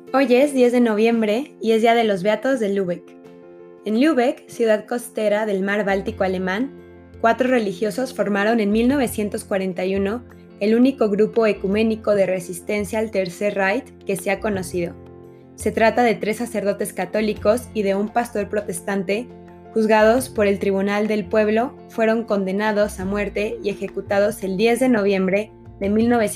Hoy es 10 de noviembre y es Día de los Beatos de Lübeck. En Lübeck, ciudad costera del mar Báltico alemán, 4 religiosos formaron en 1941 el único grupo ecuménico de resistencia al Tercer Reich que se ha conocido. Se trata de 3 sacerdotes católicos y de un pastor protestante, juzgados por el Tribunal del Pueblo, fueron condenados a muerte y ejecutados el 10 de noviembre de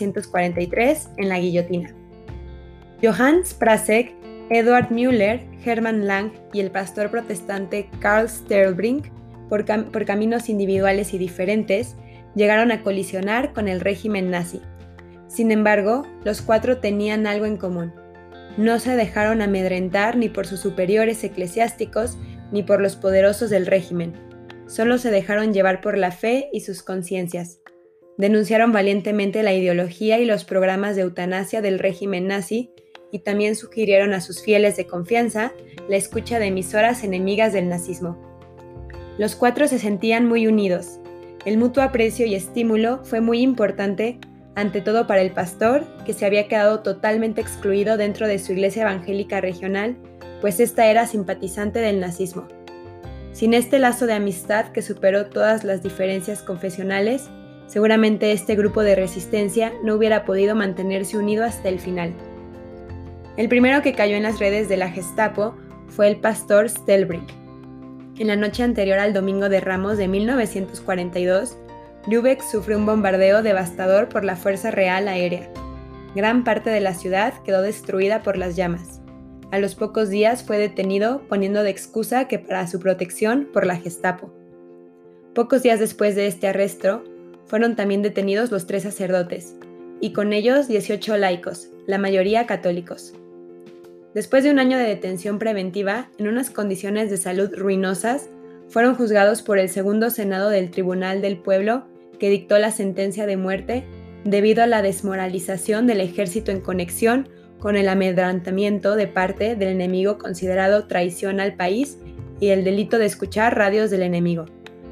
1943 en la guillotina. Johannes Prasek, Eduard Müller, Hermann Lang y el pastor protestante Karl Sterlbrink, por caminos individuales y diferentes, llegaron a colisionar con el régimen nazi. Sin embargo, los 4 tenían algo en común. No se dejaron amedrentar ni por sus superiores eclesiásticos ni por los poderosos del régimen. Solo se dejaron llevar por la fe y sus conciencias. Denunciaron valientemente la ideología y los programas de eutanasia del régimen nazi y también sugirieron a sus fieles de confianza la escucha de emisoras enemigas del nazismo. Los 4 se sentían muy unidos. El mutuo aprecio y estímulo fue muy importante, ante todo para el pastor, que se había quedado totalmente excluido dentro de su iglesia evangélica regional, pues ésta era simpatizante del nazismo. Sin este lazo de amistad que superó todas las diferencias confesionales, seguramente este grupo de resistencia no hubiera podido mantenerse unido hasta el final. El primero que cayó en las redes de la Gestapo fue el pastor Sterlbrink. En la noche anterior al Domingo de Ramos de 1942, Lübeck sufrió un bombardeo devastador por la Fuerza Real Aérea. Gran parte de la ciudad quedó destruida por las llamas. A los pocos días fue detenido poniendo de excusa que para su protección por la Gestapo. Pocos días después de este arresto, fueron también detenidos los 3 sacerdotes, y con ellos 18 laicos, la mayoría católicos. Después de un año de detención preventiva, en unas condiciones de salud ruinosas, fueron juzgados por el segundo Senado del Tribunal del Pueblo, que dictó la sentencia de muerte debido a la desmoralización del ejército en conexión con el amedrentamiento de parte del enemigo considerado traición al país y el delito de escuchar radios del enemigo.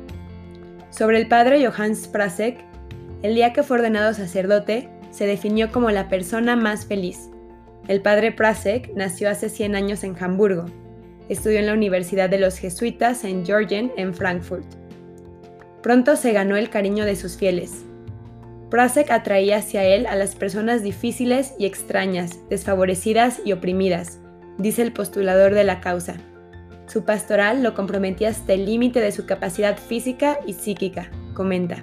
Sobre el padre Johannes Prasek, el día que fue ordenado sacerdote, se definió como la persona más feliz. El padre Prasek nació hace 100 años en Hamburgo. Estudió en la Universidad de los Jesuitas St. Georgen en Frankfurt. Pronto se ganó el cariño de sus fieles. Prasek atraía hacia él a las personas difíciles y extrañas, desfavorecidas y oprimidas, dice el postulador de la causa. Su pastoral lo comprometía hasta el límite de su capacidad física y psíquica, comenta.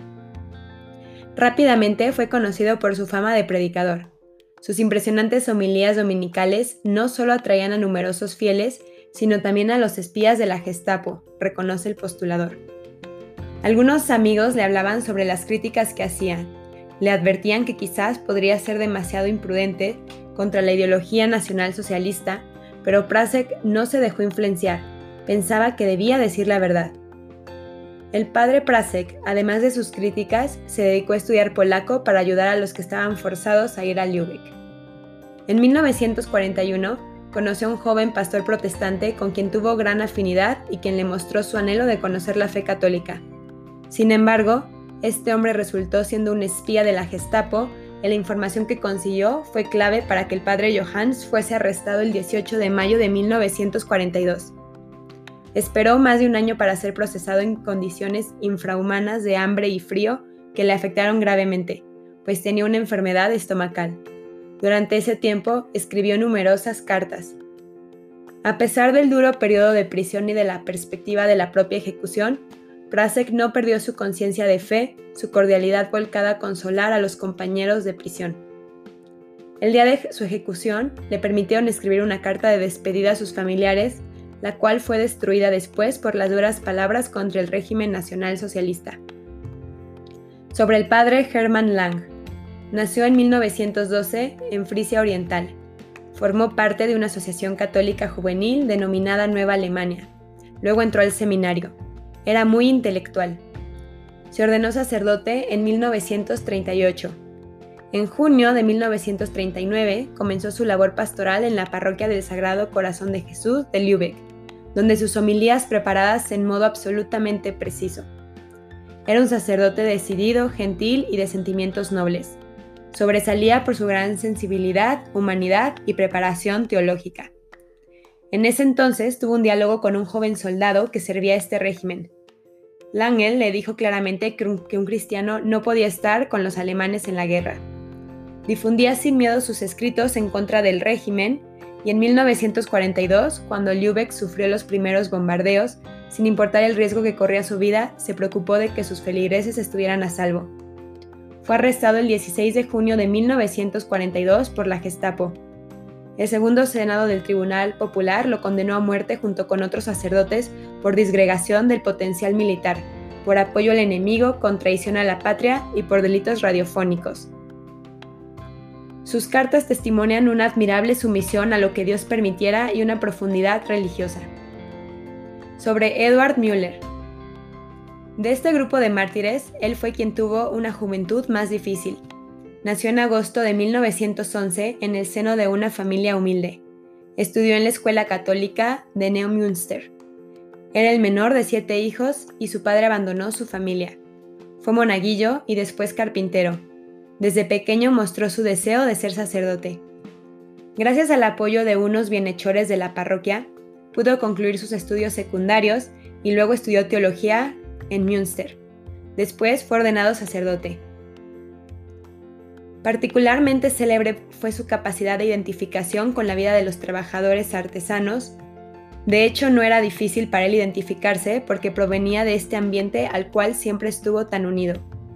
Rápidamente fue conocido por su fama de predicador. Sus impresionantes homilías dominicales no solo atraían a numerosos fieles, sino también a los espías de la Gestapo, reconoce el postulador. Algunos amigos le hablaban sobre las críticas que hacían. Le advertían que quizás podría ser demasiado imprudente contra la ideología nacionalsocialista, pero Prasek no se dejó influenciar, pensaba que debía decir la verdad. El padre Prasek, además de sus críticas, se dedicó a estudiar polaco para ayudar a los que estaban forzados a ir a Lübeck. En 1941, conoció a un joven pastor protestante con quien tuvo gran afinidad y quien le mostró su anhelo de conocer la fe católica. Sin embargo, este hombre resultó siendo un espía de la Gestapo y la información que consiguió fue clave para que el padre Johannes fuese arrestado el 18 de mayo de 1942. Esperó más de un año para ser procesado en condiciones infrahumanas de hambre y frío que le afectaron gravemente, pues tenía una enfermedad estomacal. Durante ese tiempo escribió numerosas cartas. A pesar del duro periodo de prisión y de la perspectiva de la propia ejecución, Prasek no perdió su conciencia de fe, su cordialidad volcada a consolar a los compañeros de prisión. El día de su ejecución, le permitieron escribir una carta de despedida a sus familiares, la cual fue destruida después por las duras palabras contra el régimen nacionalsocialista. Sobre el padre Hermann Lang. Nació en 1912 en Frisia Oriental. Formó parte de una asociación católica juvenil denominada Nueva Alemania. Luego entró al seminario. Era muy intelectual. Se ordenó sacerdote en 1938. En junio de 1939 comenzó su labor pastoral en la parroquia del Sagrado Corazón de Jesús de Lübeck, donde sus homilías preparadas en modo absolutamente preciso. Era un sacerdote decidido, gentil y de sentimientos nobles. Sobresalía por su gran sensibilidad, humanidad y preparación teológica. En ese entonces tuvo un diálogo con un joven soldado que servía a este régimen. Langel le dijo claramente que un cristiano no podía estar con los alemanes en la guerra. Difundía sin miedo sus escritos en contra del régimen y en 1942, cuando Lübeck sufrió los primeros bombardeos, sin importar el riesgo que corría su vida, se preocupó de que sus feligreses estuvieran a salvo. Fue arrestado el 16 de junio de 1942 por la Gestapo. El segundo senado del Tribunal Popular lo condenó a muerte junto con otros sacerdotes por disgregación del potencial militar, por apoyo al enemigo, con traición a la patria y por delitos radiofónicos. Sus cartas testimonian una admirable sumisión a lo que Dios permitiera y una profundidad religiosa. Sobre Edward Müller. De este grupo de mártires, él fue quien tuvo una juventud más difícil. Nació en agosto de 1911 en el seno de una familia humilde. Estudió en la escuela católica de Neumünster. Era el menor de 7 hijos y su padre abandonó su familia. Fue monaguillo y después carpintero. Desde pequeño mostró su deseo de ser sacerdote. Gracias al apoyo de unos bienhechores de la parroquia, pudo concluir sus estudios secundarios y luego estudió teología en Münster. Después fue ordenado sacerdote. Particularmente célebre fue su capacidad de identificación con la vida de los trabajadores artesanos. De hecho, no era difícil para él identificarse porque provenía de este ambiente al cual siempre estuvo tan unido.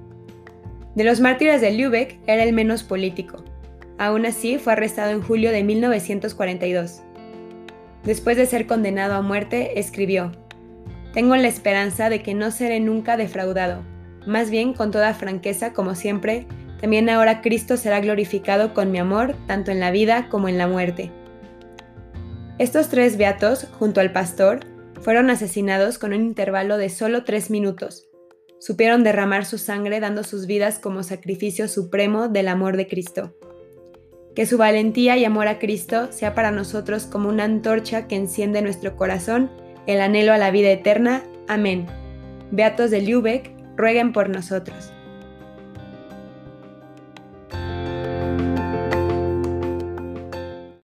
De los mártires de Lübeck era el menos político. Aún así, fue arrestado en julio de 1942. Después de ser condenado a muerte, escribió: «Tengo la esperanza de que no seré nunca defraudado. Más bien, con toda franqueza, como siempre, también ahora Cristo será glorificado con mi amor, tanto en la vida como en la muerte». Estos 3 beatos, junto al pastor, fueron asesinados con un intervalo de solo 3 minutos. Supieron derramar su sangre dando sus vidas como sacrificio supremo del amor de Cristo. Que su valentía y amor a Cristo sea para nosotros como una antorcha que enciende en nuestro corazón el anhelo a la vida eterna. Amén. Beatos de Lübeck, rueguen por nosotros.